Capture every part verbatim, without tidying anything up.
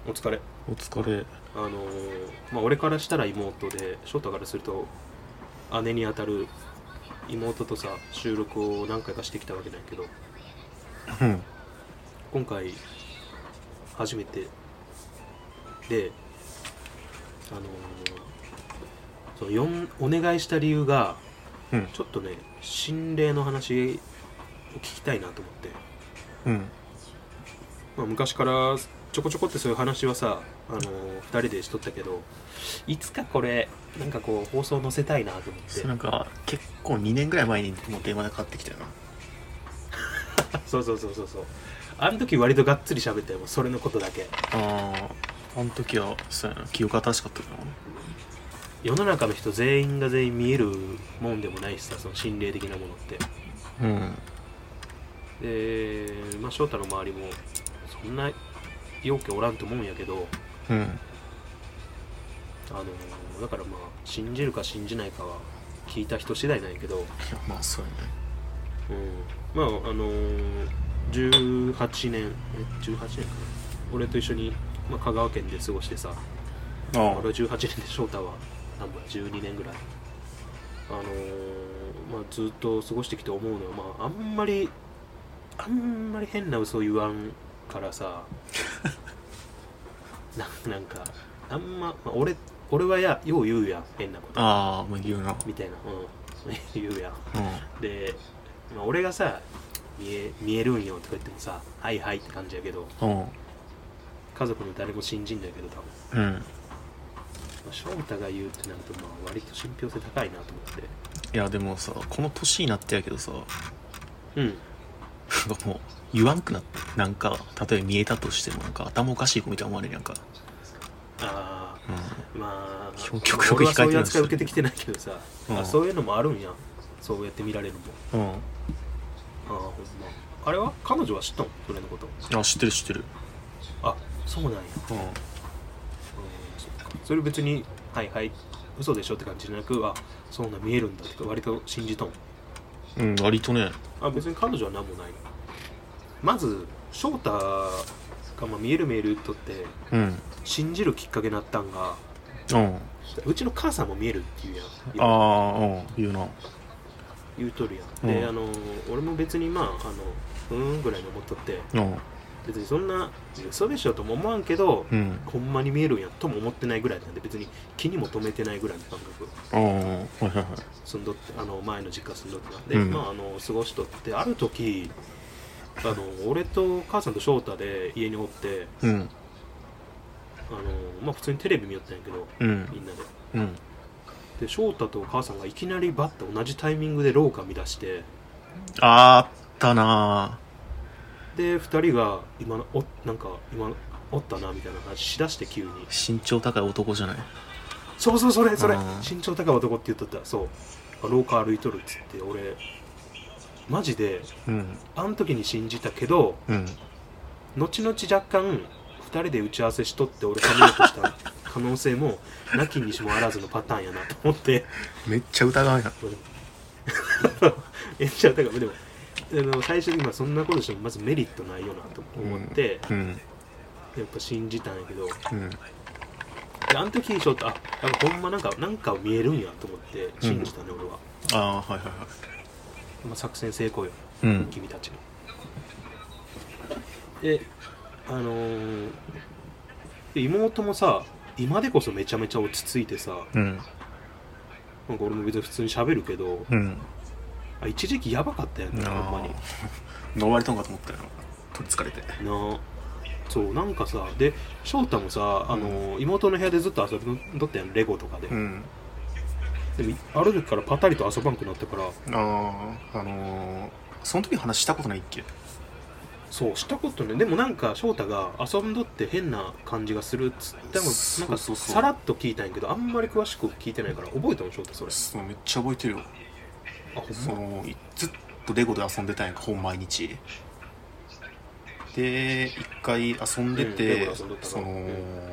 お疲れ。 お疲れ。 あのー、まあ俺からしたら妹で、翔太からすると姉にあたる妹とさ、収録を何回かしてきたわけなんやけど、 うん。 今回初めてで、あのー、そのよんお願いした理由が、 うん。 ちょっとね、心霊の話を聞きたいなと思って、 うん。 まあ、昔からちょこちょこってそういう話はさ、あのー、ふたりでしとったけど、いつかこれなんかこう放送載せたいなと思って。 それなんか結構にねんぐらい前にもう電話でかかってきたよな。 そうそうそうそうそう。あの時割とがっつり喋ったよ、それのことだけ。 ああ、あの時はそうやな、記憶が正しかったかな。 世の中の人全員が全員見えるもんでもないしさ、その心霊的なものって。 うん。 で、まあ翔太の周りもそんな陽気おらんと思うんやけど、 うん。 あのー、だからまあ信じるか信じないかは聞いた人次第なんやけど、 いや、まあそうやね。 うん、まああのー、じゅうはちねんえじゅうはちねんかな、俺と一緒に、まあ、香川県で過ごしてさ、 ああ。 俺はじゅうはちねんで翔太は何ぼやじゅうにねんぐらい、あのー、まあ、ずっと過ごしてきて思うのは、まああんまりあんまり変な嘘言わんからさな, なんかあんま、まあ、俺俺はやよう言うやん、変なことああ、もう言うな。 みたいな、うん言うやん。 うん。 で、まあ、俺がさ見え見えるんよとか言ってもさ、はいはいって感じやけど、 うん。 家族の誰も信じんだけど、多分、 うん。 まあ、翔太が言うってなると、まあ割と信憑性高いなと思って。 いやでもさ、この年になってやけどさ、 うんなんかもう言わんくなって、なんか例えば見えたとしてもなんか頭おかしい子みたいに思われるやんか。 ああ、 うん。 まあ極力俺はそういう控えてるんですよ扱い受けてきてないけどさ、 うんあ、そういうのもあるんや、そうやって見られるのも。 うん。 ああ、ほんま。あれは彼女は知ったの、それのこと。 あ、知ってる知ってる。 あ、そうなんや。 ううん、そっか。それ別にはいはい嘘でしょって感じじゃなく、あ、そうなん見えるんだって割と信じとん。 ん。うん、割とね。 あ、別に彼女は何もない。まず翔太が、まあ、見える見えるとってうん。 信じるきっかけになったんが、 うん。 うちの母さんも見えるっていうやん。 ああ、うん、言うな。 言うとるやん。で、 うんあの俺も別にまああのうーんぐらいに思っとって、 うん。 別にそんな嘘でしょとも思わんけど、 うん。 ほんまに見えるんやとも思ってないぐらいなんで、別に気にも留めてないぐらいの感覚。 ああ、はいはいはい。 住んどって、あの前の実家住んどってなんで、 うんまああの過ごしとって、ある時あの俺と母さんと翔太で家におって、 うん。 あのまあ普通にテレビ見よったんやけど、 うん。 みんなで。 うん。 で翔太と母さんがいきなりバッと同じタイミングで廊下見出して、 あったなでふたりが今のおなんか今おったなみたいな話しだして、急に。 身長高い男じゃない。 そうそう、それそれ、 あー身長高い男って言っとった。そう廊下歩いとるっつって、俺マジでうんあの時に信じたけど、 うん後々若干ふたりで打ち合わせしとって俺止めようとした可能性もなきにしもあらずのパターンやなと思ってめっちゃ疑うやん。 えっちゃう。だからでもあの最初に今そんなことしてもまずメリットないよなと思って、 うんやっぱ信じたんやけど、 うんであの時ちょっと、あ、やっぱほんまなんかなんか見えるんやと思って信じたね、俺は。 ああ、はいはいはい。 まあ、作戦成功よ、 うん君たちの。であのー、妹もさ今でこそめちゃめちゃ落ち着いてさ、 うんなんか俺も別に普通に喋るけど、 うんあ、一時期やばかったやんな、ほんまに。 飲まれたんかと思ったよ。取りつかれて。 なあ、そうなんかさ、で翔太もさ、あのー妹の部屋でずっと遊びとったやん、レゴとかで。 うんでもある時からパタリと遊ばんくなってから。 あああのー、その時話したことないっけ。 そうしたことね。でもなんか翔太が遊んどって変な感じがするっつっても、なんかそうそうそうさらっと聞いたんやけど、あんまり詳しく聞いてないから覚えたの、翔太それ。 そうめっちゃ覚えてるよ。 あ、ほそんま。 のずっとレゴで遊んでたんやんか、ほん毎日で一回遊んでうんレて、 ゴで遊んどったなその、 うんうん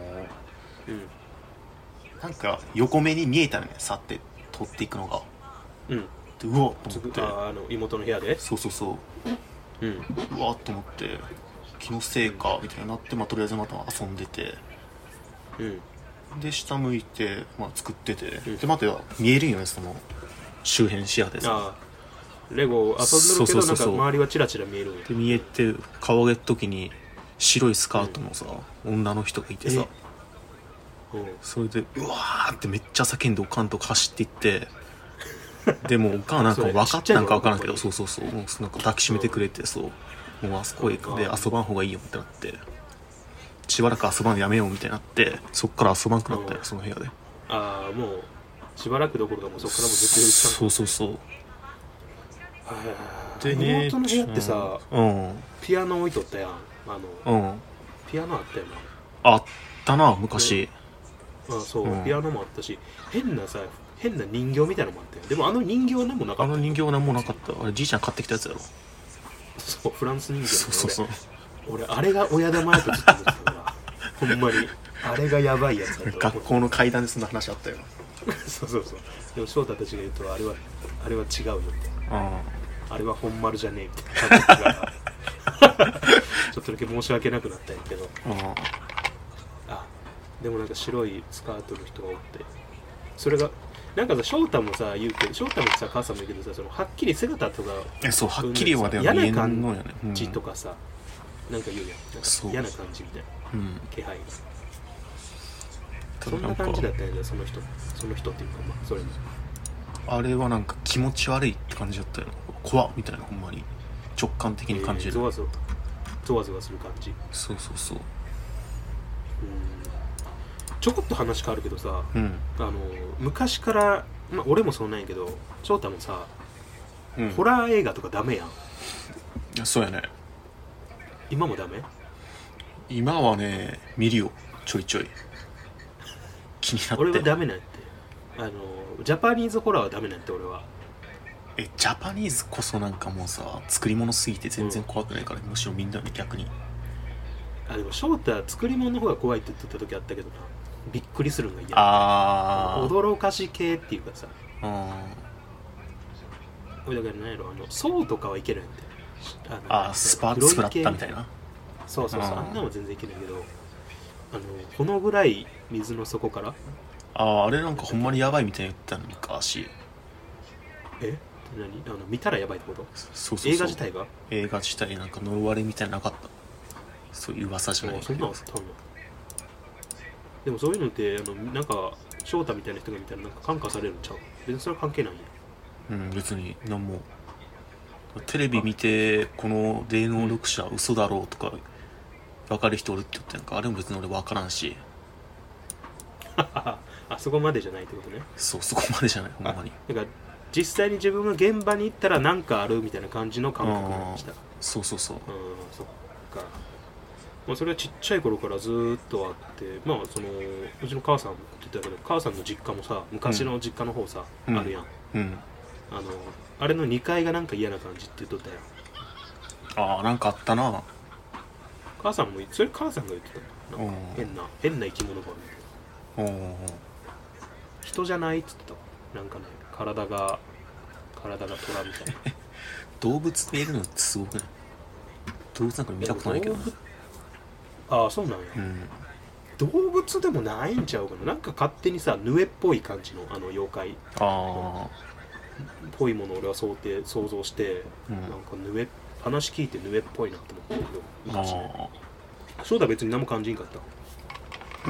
なんか横目に見えたのね、去って取っていくのが。 うんでうわっとつ思って、 くああの妹の部屋で。 そうそうそううんうわっと思って、 気のせいかみたいになって、まあ、とりあえずまた遊んでて、 うんで下向いて、まあ、作ってて、 うんでまた見えるんよね、その周辺視野でさ。 ああレゴ遊んでるけどそうそうそうそうなんか周りはチラチラ見えるんや。 で見えて顔上げた時に白いスカートのさ、うん、女の人がいてさ、 うん、 それでうわーってめっちゃ叫んでおかんと走っていってでもおかんはなんか分かったんか分からんけど、そうそうそう、もうなんか抱きしめてくれて、そうもうあそこへで遊ばん方がいいよってなって、しばらく遊ばんのやめようみたいになって、そっから遊ばんくなったよ、その部屋で。 ああもうしばらくどころかもうそっからもう絶対そうそうそうでね、妹の部屋ってさ、うん、ピアノ置いとったやん、あの、うん、ピアノあったよな。あったな昔。 あそう、うん、ピアノもあったし、変なさ変な人形みたいなのもあったよ。でもあの人形は何もなかった。 あの人形は何もなかった。あれじいちゃん買ってきたやつやろ。 そうフランス人形。 そうそうそう。 俺あれが親玉やとずっと思ってたからほんまにあれがやばいやつだと。 学校の階段でそんな話あったよそうそうそう。でも翔太たちが言うとあれはあれは違うよみたいな、ああれは本丸じゃねえみたいな感じがちょっとだけ申し訳なくなったんやけど、ああでもなんか白いスカートの人がおって、それがなんかさ翔太もさ言うけど、翔太もさ母さんも言うけどさ、そのはっきり姿とかえそうはっきりはでも嫌な感じとかさ、うん、なんか言うやん、なんか嫌な感じみたいな、うん、気配がそんな感じだったよね、その人その人っていうか、まあそれもあれはなんか気持ち悪いって感じだったよ、怖っみたいな、ほんまに直感的に感じる、 えー、ゾワゾワゾワゾワする感じ。 そうそうそう。うんちょこっと話変わるけどさ、うん、あの昔から、まあ、俺もそうなんやけど翔太もさ、うん、ホラー映画とかダメやん。いやそうやね。 今もダメ？ 今はね見るよちょいちょい気になって。 俺はダメなんやって、あのジャパニーズホラーはダメなんやって俺は。 えジャパニーズこそなんかもうさ作り物すぎて全然怖くないから、うん、むしろみんなに逆に。 あでも翔太は作り物の方が怖いって言ってた時あったけどな、びっくりするのが嫌。 ああ驚かし系っていうかさ、あ俺だから何やろ、あのソウとかはいけるんやって。 ああスパスプラッタみたいな。 そうそうそう、あんなのは全然いけないけど、あのこのぐらい水の底から。 あああれなんかほんまにやばいみたいに言ったの昔。 え何あの見たらやばいってこと？ そうそうそう、 映画自体が映画自体なんか呪われみたいななかった？そういう噂じゃないけど。 そんなのあったんだ。でもそういうのってあのなんか翔太みたいな人が見たらなんか感化されるんちゃう？別にそれは関係ないんや。 うん別に何も。テレビ見てこの霊能力者嘘だろうとか分かる人おるって言ったやんか。あれも別に俺分からんしあそこまでじゃないってことね。 そうそこまでじゃないほんまに。 だから実際に自分が現場に行ったら何かあるみたいな感じの感覚にした。 そうそうそう。うんそっか。まあ、それはちっちゃい頃からずーっとあって、まあそのうちの母さんって言ったけど、母さんの実家もさ昔の実家の方さ、うん、あるやん、うん、あのあれのにかいがなんか嫌な感じって言っとったやん。 ああなんかあったな。 母さんもそれ母さんが言ってたの。なんか変な変な生き物があるみたいな。人じゃないっつってた。なんかね体が体が虎みたいな動物見えるのってすごくない？動物なんか見たことないけどな。 ああそうなんや、うん、動物でもないんちゃうかな。なんか勝手にさヌエっぽい感じのあの妖怪あっぽいものを俺は想定想像して、うん、なんかヌエ話聞いてヌエっぽいなって思ったけど昔ね。そうだ別に何も感じんかった。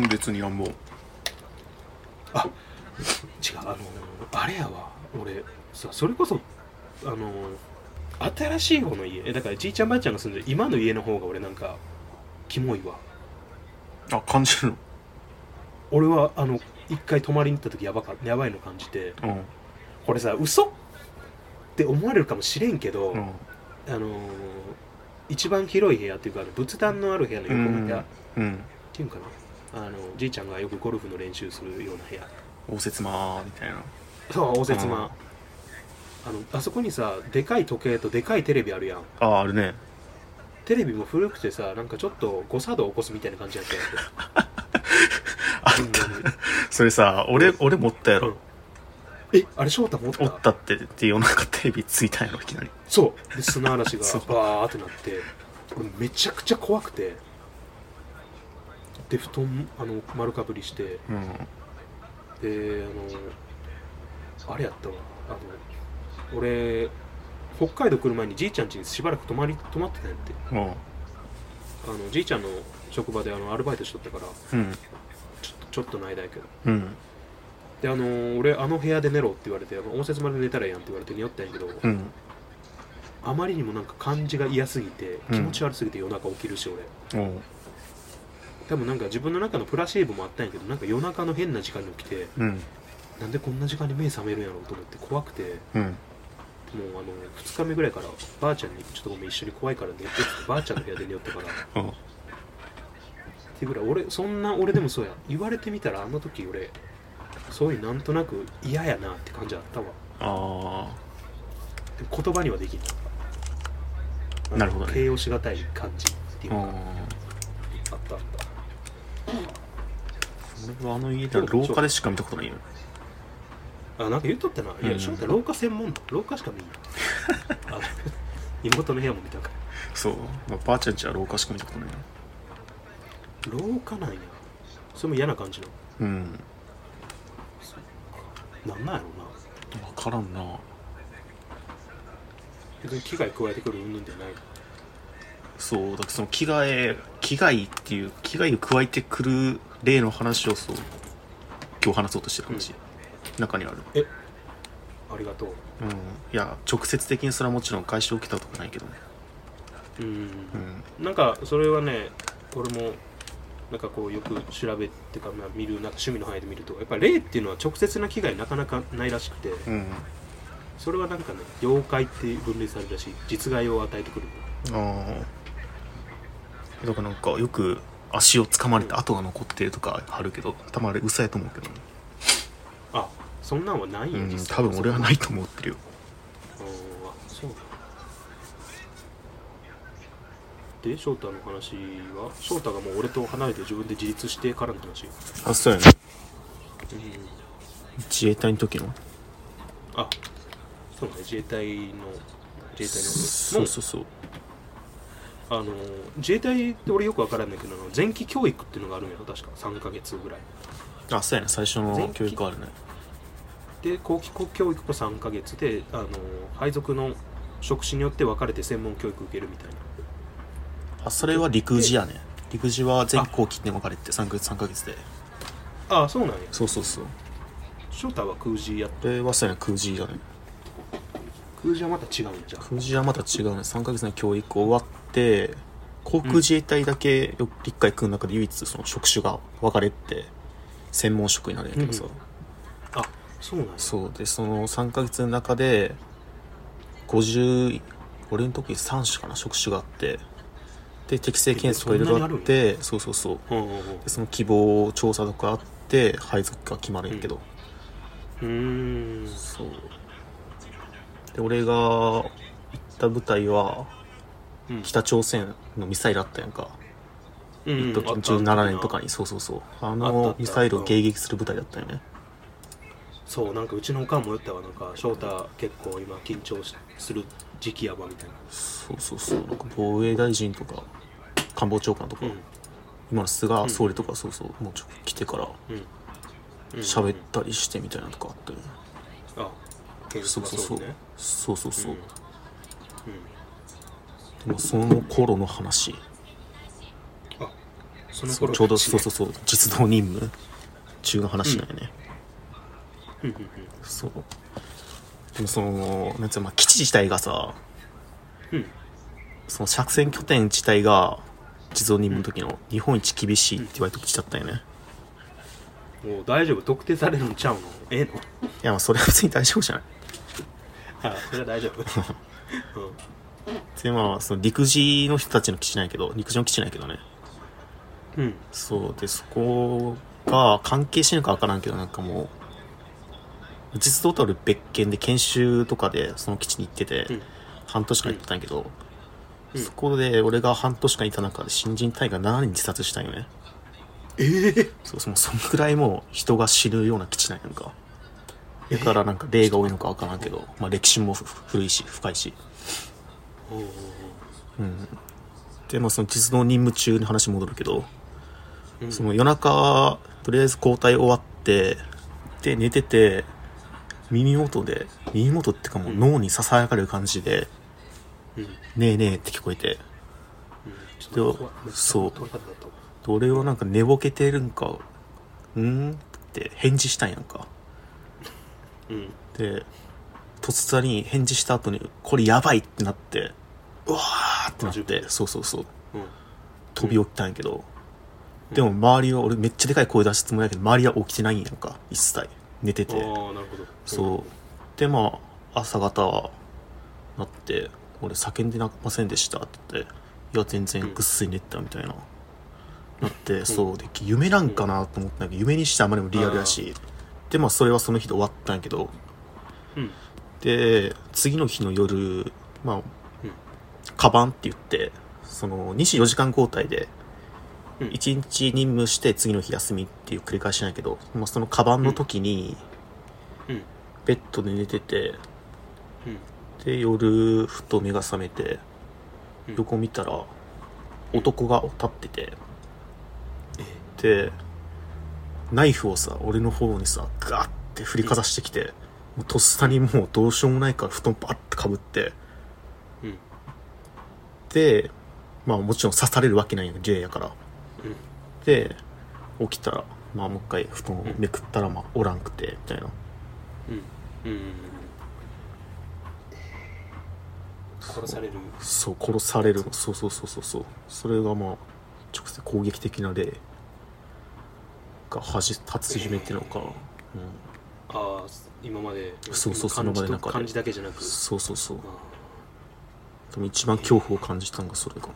別に何も。 あ違うあのあれやわ俺さそれこそあの新しい方の家だからじいちゃんばあちゃんが住んでる今の家の方が俺なんかキモいわ。 あ感じるの？ 俺はあの一回泊まりに行った時やばかやばいの感じて、うん、これさ嘘って思われるかもしれんけど、うん、あのー、一番広い部屋っていうか仏壇のある部屋の横部屋、うんうん、っていうかなあのじいちゃんがよくゴルフの練習するような部屋。 応接間みたいな。 そう応接間。あのあそこにさでかい時計とでかいテレビあるやん。 あああるね。 テレビも古くてさなんかちょっと誤作動起こすみたいな感じやったやつあったそれさ俺、うん、俺持ったやろ、 うん、えあれ翔太持った？ おったってって夜中テレビついたんやろいきなり。 そうで砂嵐がバーってなってめちゃくちゃ怖くて、で布団あの丸かぶりして、 うんであのあれやったわ、あの俺北海道来る前にじいちゃん家にしばらく泊まり泊まってたんやって。 うんあのじいちゃんの職場であのアルバイトしとったから、 うんちょっとちょっとの間やけど、 うんであの俺あの部屋で寝ろって言われて、応接間で寝たらええやんって言われて寝よったんやけど、 うんあまりにもなんか感じが嫌すぎて気持ち悪すぎて夜中起きるし、俺うん多分なんか自分の中のプラシーボもあったんやけど、なんか夜中の変な時間に起きて、 うんなんでこんな時間に目覚めるんやろうと思って怖くて、 うんもうあのふつかめぐらいからばあちゃんにちょっとごめん一緒に怖いから寝てってばあちゃんの部屋で寝よったからうんっていうぐらい、俺そんな俺でもそうや、言われてみたらあの時俺そういうなんとなく嫌やなって感じあったわ。 あでも言葉にはできない。 なるほどね形容しがたい感じっていうあのがあったあった。 俺はあの家では廊下でしか見たことないよ。 あ、なんか言っとったな。いや、 うん翔太廊下専門だ。廊下しか見んよ。あ妹の部屋も見たかそう、まあ、ばあちゃんちは廊下しか見たことないな。 ら。廊下なんや。それも嫌な感じの。 うんなんなんやろうな。 分からんな。 別に危害加えてくる云々じゃない。 そうだからその危害危害っていう危害を加えてくる例の話をそう今日話そうとしてる話、うん、中にある。 えありがとう。 うんいや直接的にそれはもちろん返し起きたとかないけどね。 うん、 うん、 なんかそれはね俺もなんかこうよく調べてか、まあ、見るなんか趣味の範囲で見るとやっぱり霊っていうのは直接な危害なかなかないらしくて、 うんそれはなんかね妖怪って分類されるらしい。実害を与えてくる。 ああだからなんかよく足を掴まれた跡が残ってるとかあるけど、多分あれ嘘やと思うけどね。 あ、そんなんはないんや、 うん実際。 多分俺はないと思ってるよ。 ああ、そうなんで、翔太の話は翔太がもう俺と離れて自分で自立してからの話。 あそうやね。 うん自衛隊の時のあ、そうね、自衛隊の自衛隊のそうそうそうあの自衛隊って俺よく分からんだけど、あの前期教育っていうのがあるんやろ確かさんかげつぐらいあそうやね。最初の教育あるね。 で後期教育もさんかげつで、あの配属の職種によって分かれて専門教育受けるみたいな。 あそれは陸自やね。陸自は前後期って分かれてさんかげつさんかげつで。 ああそうなんや。 そうそうそう。 翔太は空自やった。 これはそうやね。空自やね。 空自はまた違うんじゃん。 空自はまた違うね。さんかげつの教育終わって航空自衛隊だけよ陸海空の中で唯一その職種が分かれて専門職になるんやけどさ、 うんあそうなんや。 そうでそのさんかげつの中でごじゅう俺の時さん種かな職種があって、で適正検査とかいろいろあってそうそうそううんうんうんでその希望調査とかあって配属が決まるんやけど、 うーんそうで俺が行った部隊はうん北朝鮮のミサイルあったやんか、 うんうん一時じゅうななねんとかにそうそうそうああったあったのミサイルを迎撃する部隊だったよね。 そうなんかうちのおかんも言ったわ。なんか翔太結構今緊張しする時期やばみたいな。 そうそうそうなんか防衛大臣とか官房長官とか、 うん今の菅総理とかそうそうもうちょっと来てからうん喋ったりしてみたいなとかあって、 あ検そうそうそう察がそうね。 そうそうそう、 うんでもその頃の話あその頃そうちょうどそうそうそう実動任務中の話なんやね、 うんうんうんそうでもそのなんつうのまあ基地自体がさうんその作戦拠点自体が実動任務の時の日本一厳しいって言われた口だったよね。 もう大丈夫特定されるんちゃうのええのいやまあそれは別に大丈夫じゃない。 あそれは大丈夫でまあその陸自の人たちの基地ないけど陸自の基地ないけどね。 うんうんそうでそこが関係してるのか分からんけどなんかもう実動とは別件で研修とかでその基地に行ってて、 うん半年間行ってたんやけど、 うんそこで俺が半年間いた中で新人隊員がななにん自殺したんよね。 ええそうそのそんくらいもう人が死ぬような基地なんやんか。だからなんか例が多いのか分からんけど、まあ歴史も古いし深いし、 おうおううん。 でまあその実動任務中に話戻るけど、 うん、 その夜中とりあえず交代終わってで寝てて、耳元で耳元ってかもう脳にささやかれる感じで、 うん、 ねえねえって聞こえて、 うん、 でそう俺はなんか寝ぼけてるんかんって返事したんやんか、 うん、 でとっさに返事した後にこれやばいってなって、うわーってなって、そうそうそう、うん、飛び起きたんやけど、うん、でも周りは俺めっちゃでかい声出したつもりだけど周りは起きてないんやんか、一切寝てて。 ああなるほど。 そうでまあ朝方はなって俺叫んでなませんでしたって言って、いや全然ぐっすり寝てたみたいな、なって、うん、そうで夢なんかなと思ったんだけど、夢にしてあまりにもリアルだし、でまあそれはその日で終わったんやけど、うん、で次の日の夜まあ、うん、カバンって言ってそのにじゅうよじかん交代でいちにち任務して次の日休みっていう繰り返しなんやけど、まあ、そのカバンの時にベッドで寝てて、うん、で夜ふと目が覚めて横見たら男が立ってて、でナイフをさ俺の方にさガーって振りかざしてきて、もうとっさにもうどうしようもないから布団バッてかぶって、うん、でまあもちろん刺されるわけないんやゲイやから、うん、で起きたらまあもう一回布団をめくったらまあおらんくてみたいな、うんうんうん、 殺される、 そう殺される、そうそうそうそうそう、それがまあ直接攻撃的な例が初初めてのか、えーうん、ああ今までそうそうその場で中で感じだけじゃなく、 そうそうそう、でも一番恐怖を感じたのがそれが、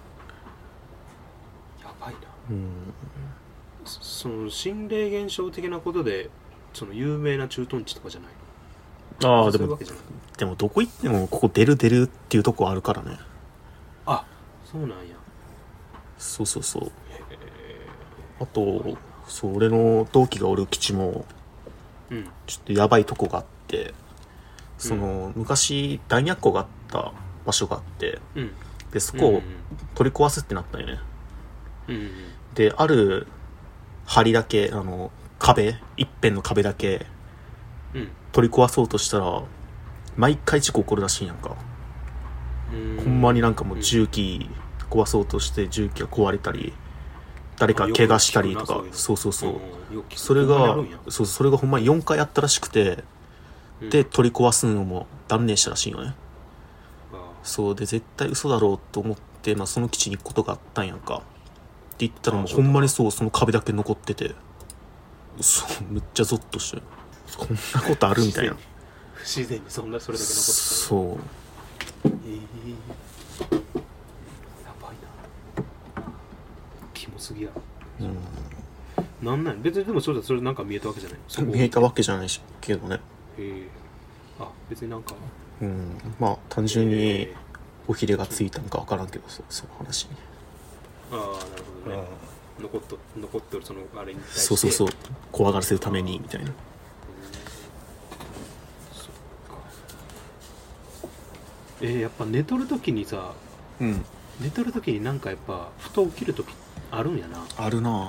やばいな。うんその心霊現象的なことでその有名な駐屯地とかじゃないの？ああでもでもどこ行ってもここ出る出るっていうとこあるからね。 あそうなんや。 そうそうそう。あとそう俺の同期がおる基地もちょっとやばいとこがあって、うん、その昔弾薬庫があった場所があって、うん、でそこを取り壊すってなったよね、うんうん、である梁だけあの壁一辺の壁だけ取り壊そうとしたら毎回事故起こるらしいんやんか。うんほんまになんかもう重機壊そうとして重機が壊れたり誰か怪我したりとか、そうそうそう、それがそうそれがほんまによんかいあったらしくて、で取り壊すのも断念したらしいよね。そうで絶対嘘だろうと思って、まあ、その基地に行くことがあったんやんか。って言ったらもうほんまにそうその壁だけ残ってて、そうむっちゃゾッとして、こんなことあるみたいな。 不自然にそんなそれだけ残ってた。 そう。えー、やばいな。キモすぎや。うん。なんなん別にでもそれそれなんか見えたわけじゃない。そこ見えたわけじゃないしけどね。 へえ。あ別になんか。 うんまあ単純におひれがついたんか分からんけど、そその話に。ああなるほどね。残っと残ってるそのあれに対して。 そうそうそう怖がらせるためにみたいな。 えー、やっぱ寝とるときにさ、 うん、 寝とるときになんかやっぱふと起きるときあるんやな。 あるな。うん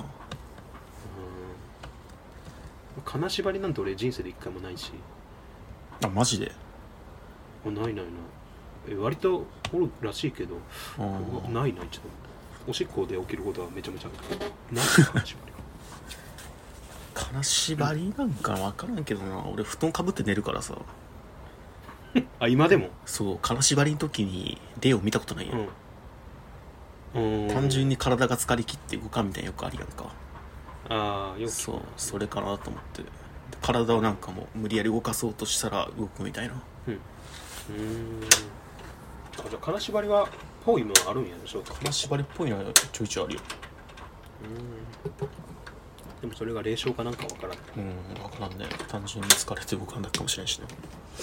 金縛りなんて俺人生で一回もないし。 あマジで？ あないないない。え割とおるらしいけどないないちょっとおしっこで起きることはめちゃめちゃない金縛り金縛りなんか分からんけどな、俺布団かぶって寝るからさあ今でもそう金縛りの時に霊を見たことないよ、うん、単純に体が疲れ切って動かんみたいなよくあるやんか。 ああよくそうそれかなと思って、体をなんかもう無理やり動かそうとしたら動くみたいな。うんうーんあじゃあ金縛りはぽいものあるんやでしょ。 金縛りっぽいのはちょいちょいあるよ。 うんでもそれが霊障かなんかわからん。 うんわからんね。単純に疲れて動かんだかもしれんしね。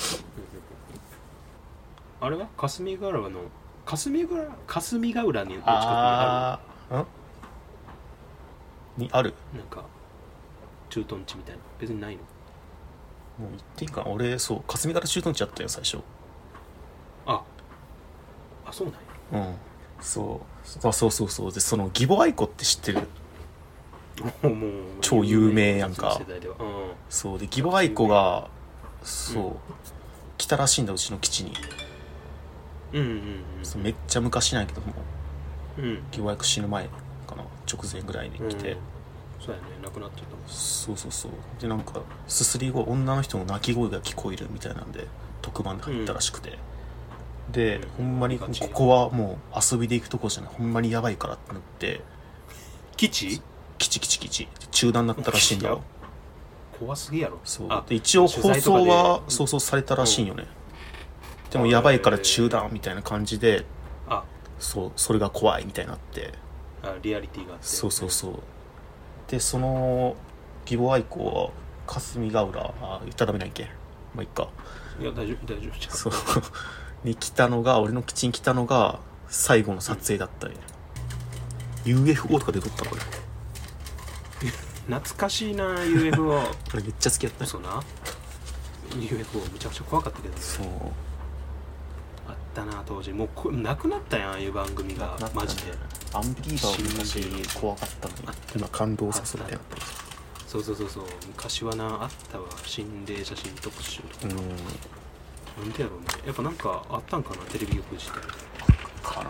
あれは霞ヶ浦の霞ヶ浦霞ヶ浦にの近くにあるんにあるなんか駐屯地みたいな別にないの？ もう言っていいかな。俺そう霞ヶ浦駐屯地あったよ最初。 ああそうなんや。 うんそうあそうそうそうでその義母愛子って知ってる？ もう超有名やんか。 世代では、うん、 そうで義母愛子がそう、うん、来たらしいんだうちの基地に。 うんうんうん、 そうめっちゃ昔なんやけども、 うん、 義母愛子死ぬ前かな直前ぐらいに来て、うん、 そうやね亡くなっちゃったもん。 そうそうそうでなんかすすり声女の人の泣き声が聞こえるみたいなんで特番で入ったらしくて、うん、で、うん、ほんまにここはもう遊びで行くとこじゃないほんまにやばいからってなって基地基地基地基地中断だったらしいんだよ。 怖すぎやろ。 そうで一応放送は放送されたらしいんよね、うん、でもやばいから中断みたいな感じで、 あそうそれが怖いみたいになって、 あリアリティがあって、 そうそうそうでその義母愛子は霞ヶ浦あ言ったらダメなんやっけまあいっかいや大丈夫大丈夫そうに来たのが俺の基地に来たのが最後の撮影だったり、うん、ユーエフオー とかで撮ったのこれ懐かしいな ユーエフオーこれめっちゃ好きやったそうな ユーエフオー めちゃくちゃ怖かったけどね。 そうあったな当時もうこなくなったやんああいう番組が、ね、マジでアンビリーバー昔怖かったのに今感動させるみたいな。 そうそうそうそう昔はなあったわ心霊写真特集とか、うん、なんでやろうねやっぱなんかあったんかなテレビ局自体かな。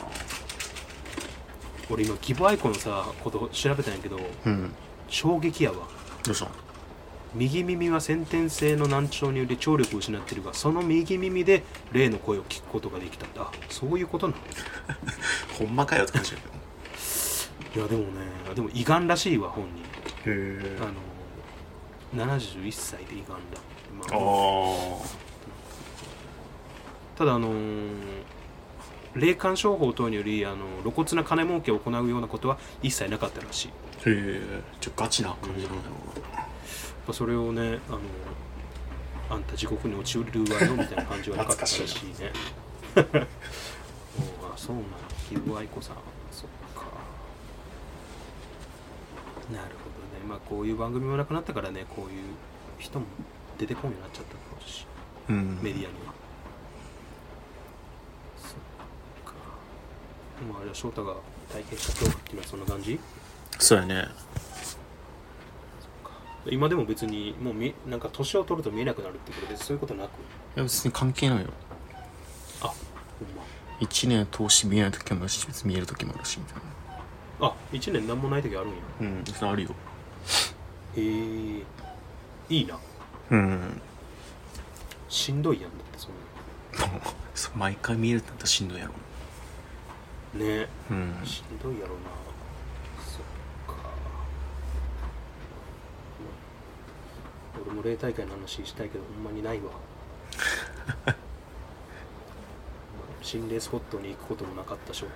俺今義母愛子のさこと調べたんやけど、うん、衝撃やわ。 どうした？ 右耳は先天性の難聴により聴力を失っているがその右耳で霊の声を聞くことができたんだ。そういうことなのほんまかよって感じだけどいやでもねでも胃がんらしいわ本人。 へえ。 あのななじゅういっさいで胃がんだ、まあ、 あただあのー、霊感商法等によりあの露骨な金儲けを行うようなことは一切なかったらしい。へえちょガチな感じなんだろうな。 それをねあのあんた地獄に落ちうるわよみたいな感じはなかったらしいねあそうなん義母愛子さんそっかなるほどね。まあこういう番組もなくなったからねこういう人も出てこんようになっちゃったってことし、うん、メディアにはそっか。まああれは翔太が体験した恐怖っていうのはそんな感じ？ そうやね。 今でも別にもうみなんか年を取ると見えなくなるってことでそういうことなく？いや別に関係ないよ。 あほんまいちねん通し見えない時もあるし別に見える時もあるしみたいな。あいちねん何もない時あるんや。 うんそれあるよ。 へえいいな。 うんしんどいやんだってそんな毎回見えるってなったらしんどいやろね、 うん、 しんどいやろな。そっか俺も霊大会の話したいけどほんまにないわ心霊スポットに行くこともなかったし俺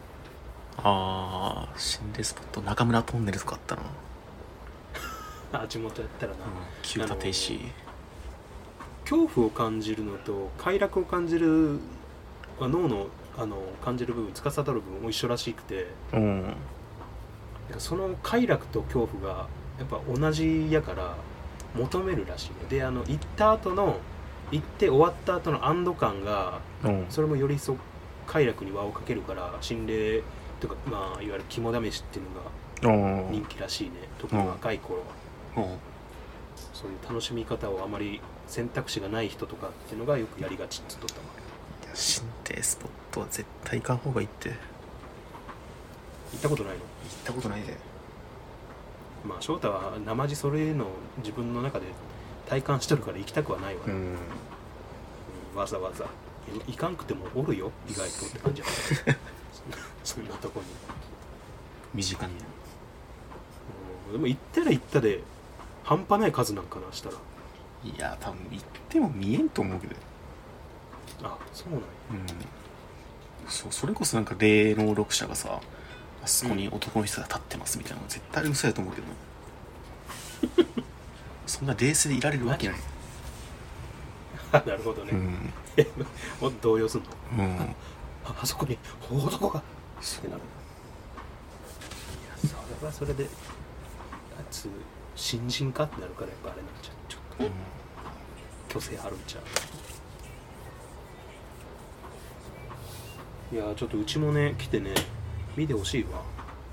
は。ああ心霊スポット中村トンネルとかあったなあ地元やったらな、うん、 旧立石。 恐怖を感じるのと快楽を感じる脳のあの感じる部分司る部分も一緒らしくて、 うん、 その快楽と恐怖がやっぱ同じやから求めるらしいね。であの行った後の行って終わった後の安堵感が、うん、それもよりそ快楽に輪をかけるから心霊とか、まあ、いわゆる肝試しっていうのが人気らしいね、うん、特に若い頃は、うん、そういう楽しみ方をあまり選択肢がない人とかっていうのがよくやりがちって言っとったわ。 心霊スポットは絶対行かん方がいいって。 行ったことないの？行ったことないで。 まあ翔太は生地それの自分の中で体感しとるから行きたくはないわ、ね、うん、うん、わざわざ行かんくてもおるよ意外とって感じやそんなとこに身近に、 うん、でも行ったら行ったで半端ない数なんかなしたら。 いや多分行っても見えんと思うけど。 あそうなんや、 うん、そうそれこそなんか霊能力者がさあそこに男の人が立ってますみたいなの絶対嘘やと思うけどそんな冷静でいられるわけないなるほどね、うん、もっと動揺すんの、うん、あ, あそこに男がそうなる。 いやそれはそれであつ新人かってなるからやっぱあれなんちゃうちょっと、うん、虚勢あるんちゃう。 いやちょっとうちもね来てね見てほしいわ。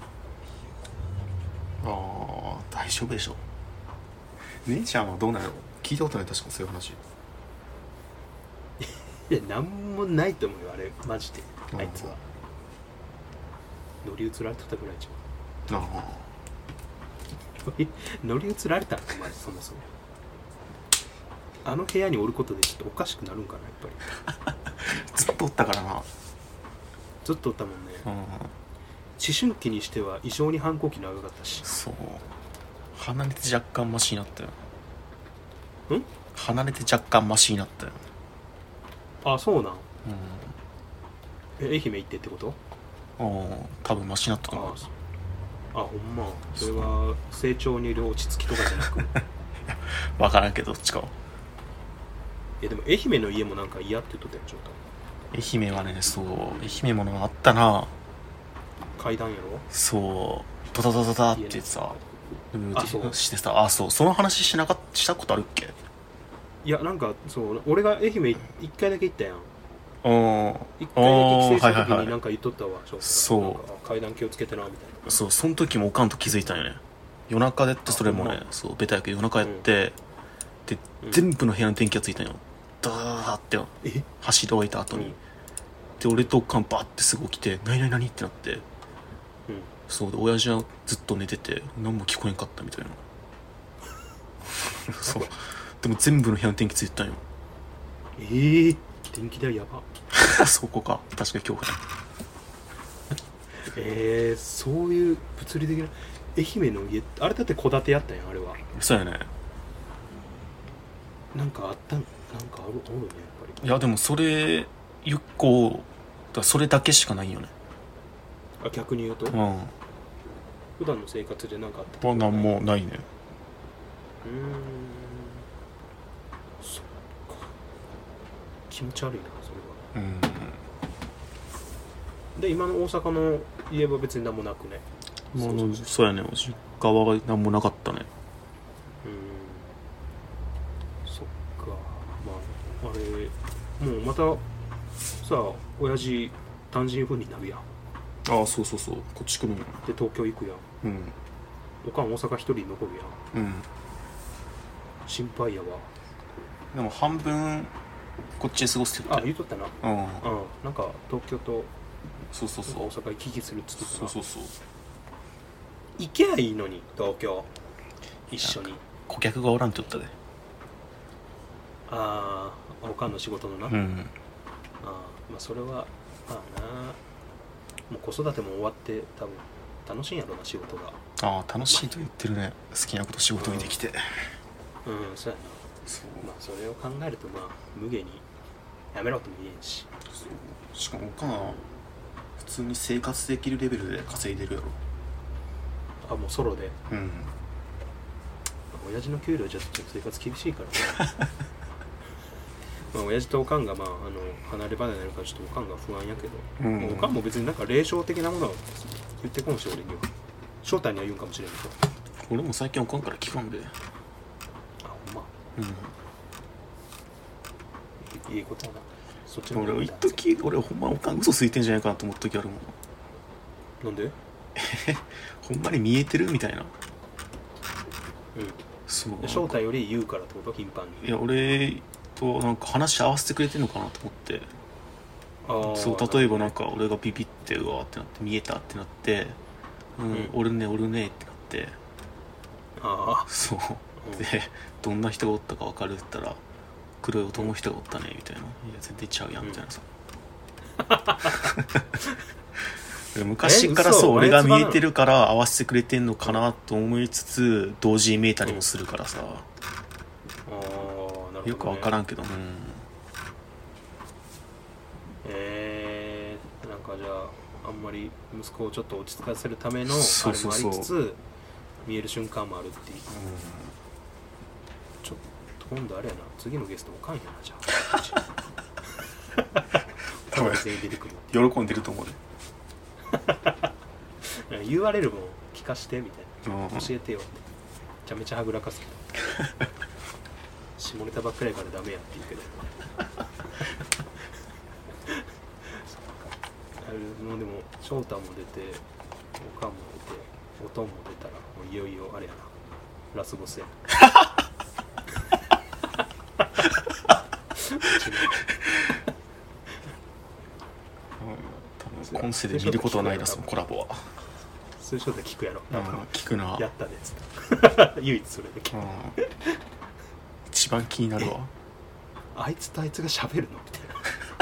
ああ大丈夫でしょ。姉ちゃんはどうなの？聞いたことない、確かそういう話。 いやなんもないと思うよあれマジで。あいつは乗り移られてたぐらいじゃん。あゃん乗り移られたのマジそもそもあの部屋におることでちょっとおかしくなるんかなやっぱり。 ずっとおったからな。 ずっとおったもんね。 うん、 思春期にしては異常に反抗期長かったし。 そう離れて若干マシになったよ。 ん離れて若干マシになったよ。 あそうなん。 うえ愛媛行ってってこと？ んああ多分マシになったと思う。 あほんまそれは成長による落ち着きとかじゃなく分からんけどどっちかは。 いやでも愛媛の家もなんか嫌って言っとったよちょっ愛媛はね、そう愛媛ものあったな。 と階段やろ。 そうドタドタドタってさあそうしてさ、あそうその話しなかしたことあるっけ？ いやなんかそう俺が愛媛一回だけ行ったやん。 あ一回だけ帰省した時はいはいはいになんか言っとったわ。 そうなんか階段気をつけてなみたいな。 そうその時もおかんと気づいたんよね。夜中でってそれもねそうベタやけど夜中やって、うん、で、うん、全部の部屋の電気がついたんよ。ダーって走り終えた後に、うん、で俺とおかんバーってすぐ起きて何何何ってなって、うん、そうで親父はずっと寝てて何も聞こえんかったみたいなそうでも全部の部屋の電気ついてたんよ。 えー、電気代やばそこか確かに恐怖だえー、そういう物理的な愛媛の家あれだって戸建てやったんやあれは。 そうやね。 なんかあったんなんかあるあるねやっぱり。 いやでもそれゆっこだそれだけしかないよね。 あ逆に言うと、うん、普段の生活で何かあったの？なんもないね。うーんそっか気持ち悪いなそれは。うんで今の大阪の家は別に何もなくね。 もうそうそうそうやね実家は何もなかったね。 うんそっかまああれもうまたさあ親父単身赴任になるやん。 ああそうそうそうこっち来るんやで東京行くやん。うんおかん大阪一人残るやん。うん心配やわ。 でも半分こっちで過ごすって言って。 あ言っとったな。うん、うん、なんか東京とそうそうそう大阪行き来するっつってたな。 そうそうそう行けばいいのに東京一緒に。 顧客がおらんって言ったで。 ああおかんの仕事のな。うんあまあそれはまあなもう子育ても終わって多分楽しいんやろな仕事が。ああ楽しいと言ってるね。好きなこと仕事にできて。 うん、うん、そうやな。そうまあそれを考えるとまあ無限にやめろとも言えんし。 そうしかもおかんは普通に生活できるレベルで稼いでるやろ。 あもうソロで。うん親父の給料じゃちょっと生活厳しいからねまあ親父とおかんがまああの離れ離れになるからちょっとおかんが不安やけど、うん、おかんも別になんか霊障的なものは言ってこんし俺には翔太には言うんかもしれんけど。 俺も最近おかんから聞かんで。 あほんまうんいいことやな。そっちの俺一時俺ほんまおかん嘘ついてんじゃないかなと思った時あるもん。 なんでほんまに見えてるみたいな。うんそう翔太より言うからってこと頻繁に。 いや俺となんか話合わせてくれてんのかなと思って。あそう例えばなんか俺がビビってうわーってなって見えたってなってうん、うん、俺ね俺ねってなってああそう、うん、でどんな人がおったか分かるって言ったら黒い男の人がおったねみたいな。いや全然ちゃうやんみたいなさ、うん、昔からそう俺が見えてるから合わせてくれてんのかなと思いつつ同時に見えたりもするからさ、うん、あなるほどね、よく分からんけど、うん、 えー、なんかじゃああんまり息子をちょっと落ち着かせるためのあれもありつつ見える瞬間もあるっていう、うん、ちょっと今度あれやな次のゲストもかんやなじゃあ多分全員出てくる喜んでると思うで言われるもん聞かしてみたいな、うん、教えてよってめちゃめちゃはぐらかすけど下ネタばっかりやからダメやって言うけどあれもうでも翔太も出ておかんも出ておとんも出たらもういよいよあれやなラスボスや多分今世で見ることはないなそのコラボは。 そういう人で聞くやろ、 うん、聞くな。 やったねっつって唯一それで聞く、うん、 一番気になるわあいつとあいつが喋るのみたい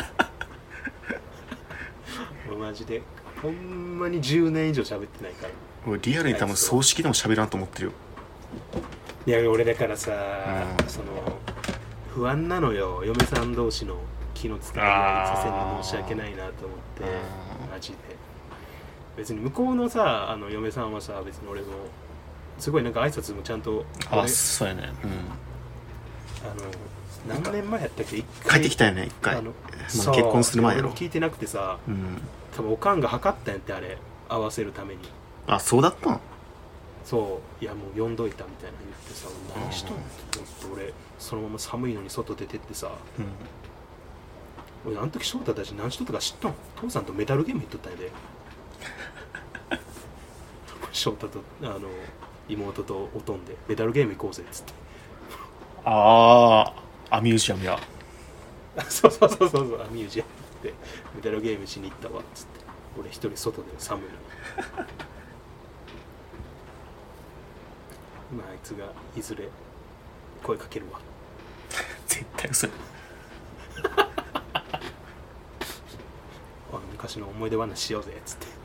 なマジでほんまにじゅうねん以上喋ってないから俺リアルに多分葬式でも喋らんと思ってるよ。 いや俺だからさ、 うん、 その不安なのよ嫁さん同士の気の使い合いさせるの申し訳ないなと思ってマジで。別に向こうのさあの嫁さんはさ別に俺もすごいなんか挨拶もちゃんとあそうやね、うん、 あの何年前やったっけ一回帰ってきたよね一回あの、まあ、結婚する前やろ。 俺も聞いてなくてさ、 うん、 多分おかんが測ったんやってあれ合わせるために。 あそうだったん。 そういやもう呼んどいたみたいな言ってさ何しとんのって思って俺そのまま寒いのに外出てってさ、うん、俺あの時翔太たち何しとったか知っとん。父さんとメタルゲーム行っとったんやで翔太とあの妹とおとんでメタルゲーム行こうぜっつってああアミュージアムやそうそうそうそうアミュージアムってメタルゲームしに行ったわっつって俺一人外で寒いのにまああいつがいずれ声かけるわ絶対嘘やあの昔の思い出話しようぜっつって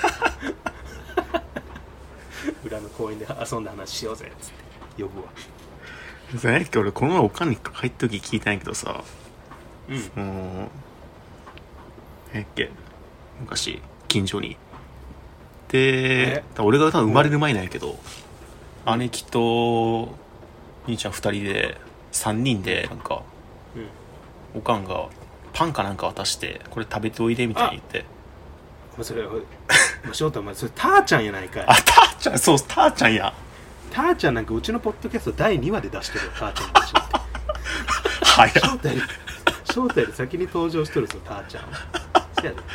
裏の公園で遊んだ話しようぜっつって呼ぶわ。 何やっけ俺この前おかんに帰った時聞いたんやけどさ、 うん、 その何やっけ昔近所にで俺が多分生まれる前なんやけど、姉貴と兄ちゃんふたりでさんにんでなんか、うん、おかんがパンかなんか渡してこれ食べておいでみたいに言ってお前それ翔太お前それターちゃんやないかい。 あターちゃんそうターちゃんやターちゃんなんかうちのポッドキャストだいにわで出してるよターちゃんの話って早っ翔太より翔太より先に登場してるぞターちゃんそやで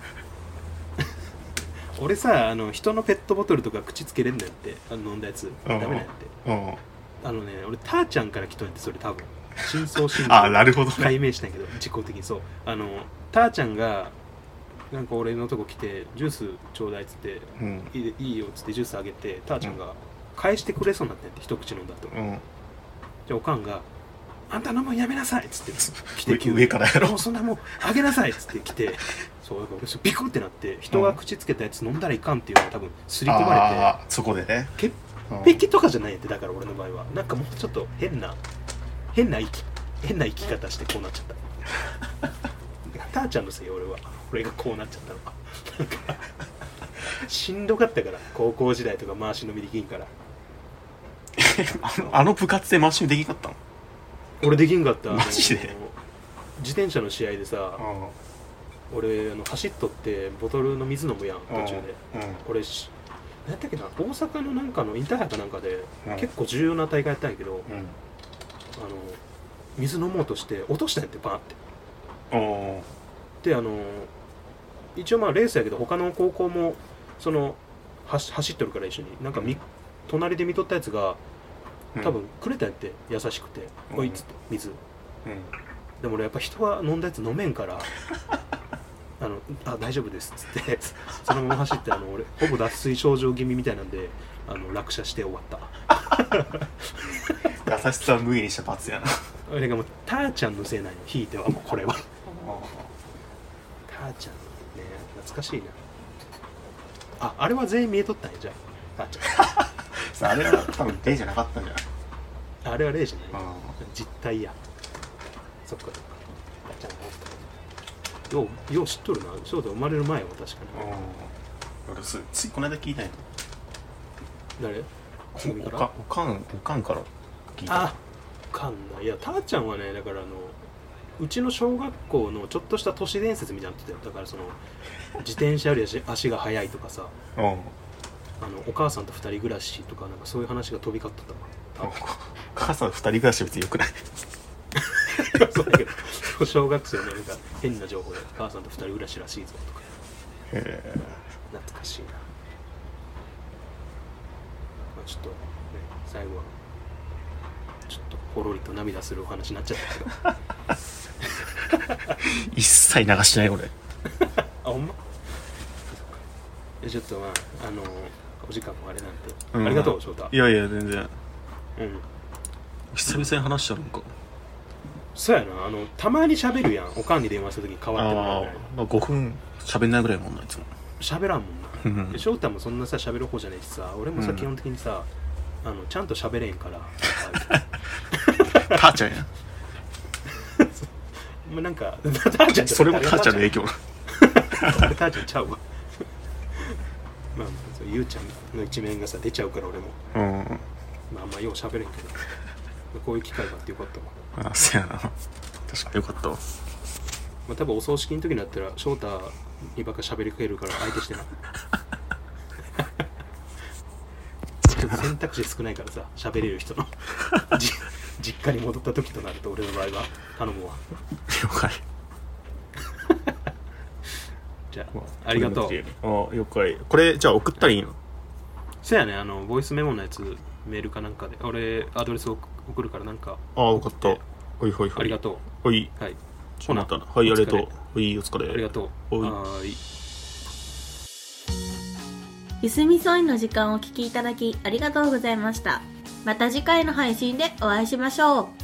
俺さあの人のペットボトルとか口つけれんのやってあの飲んだやつダメなんやって、うん、あのね俺ターちゃんから来とんやってそれ多分深層心理あなるほど、ね、 解明したんやけど自己的にそうあのターちゃんがなんか俺のとこ来てジュースちょうだいっつって、うん、いいいいよっつってジュースあげてターちゃんが返してくれそうになってんって一口飲んだと、うん、じゃあおかんがあんた飲むのやめなさいっつって来て上からやろもうそんなもんあげなさいっつって来てそう俺ビクってなって人が口つけたやつ飲んだらいかんっていうのが多分刷り込まれて、 あそこでね潔癖とかじゃないやってだから俺の場合はなんかもうちょっと変な変な生き変な生き方してこうなっちゃったターちゃんのせい俺は俺がこうなっちゃったのかなんかしんどかったから高校時代とか回し飲みできんからあの、あの部活で回し飲みできんかったの？ 俺できんかった。 マジで？ 自転車の試合でさ、うん、俺あの走っとってボトルの水飲むやん途中で、うんうん、俺し何やったっけな大阪のなんかのインターハイかなんかで、うん、結構重要な大会やったんやけど、うん、あの水飲もうとして落としたんやってバーって。であの一応まあレースやけど他の高校もその走っとるから一緒になんかみ、うん、隣で見とったやつが多分くれたんやって優しくて「おい」っつって水、うん、でも俺やっぱ人は飲んだやつ飲めんからあのあ大丈夫ですっつってそのまま走ってあの俺ほぼ脱水症状気味みたいなんであの落車して終わった優しさを無意にした罰やな俺がもうターちゃんのせいなんよひいてはもうこれはターちゃんね懐かしいなああれは全員見えとったんやじゃあターちゃんあれは多分例じゃなかったんじゃないあれは例じゃない実体やそっかそっかターちゃんがようよう知っとるなそうだ生まれる前は確かに俺つついこの間聞いたんや誰おかおかんおかんから聞いたあおかんないやターちゃんはねだからあのうちの小学校のちょっとした都市伝説みたいになってたよだからその自転車より足, 足が速いとかさあのお母さんと二人暮らしとかなんかそういう話が飛び交ってたわお母さんと二人暮らしは別によくないそうだけど小学生のなんか変な情報でお母さんと二人暮らしらしいぞとかへ懐かしいな。まあ、ちょっとね最後はちょっとほろりと涙するお話になっちゃったけど一切流してない俺。 あ、ほんま。ちょっとまああのお時間もあれなんで、うん、ありがとう翔太。 いやいや全然。 うん。 久々に話したのか。 そうやな、あのたまに喋るやん、おかんに電話した時に変わってもらう、ね、 ああごふん喋んないぐらいもんないつも喋らんもんな翔太もそんなさ喋る方じゃないしさ、俺もさ、うん、基本的にさあのちゃんと喋れんから母ちゃんやまあなんか母ちゃんそれも母ちゃんの影響母ちゃんちゃうわまあそうゆうちゃんの一面がさ出ちゃうから俺も、うん、まあまあよう喋れんけどこういう機会があってよかったわ。 あ、そうやな。確かによかったわ。 まあ、多分お葬式の時になったら翔太にばっか喋りかけるから相手してなちょっと選択肢少ないからさ喋れる人の実家に戻った時となると俺の場合は頼むわ。 了解じゃあ、まあ、ありがとう。 あ、了解。これじゃあ送ったらいいの？ そうやね、あのボイスメモのやつメールかなんかで俺アドレスを送るからなんか。 ああ、分かった。ほいほいほい。 ありがとう。はい。 はい。 ほな。はい、ありがとう。はい、お疲れ。 ありがとう。はーい。 ゆすみそいの時間をお聞きいただきありがとうございました。また次回の配信でお会いしましょう。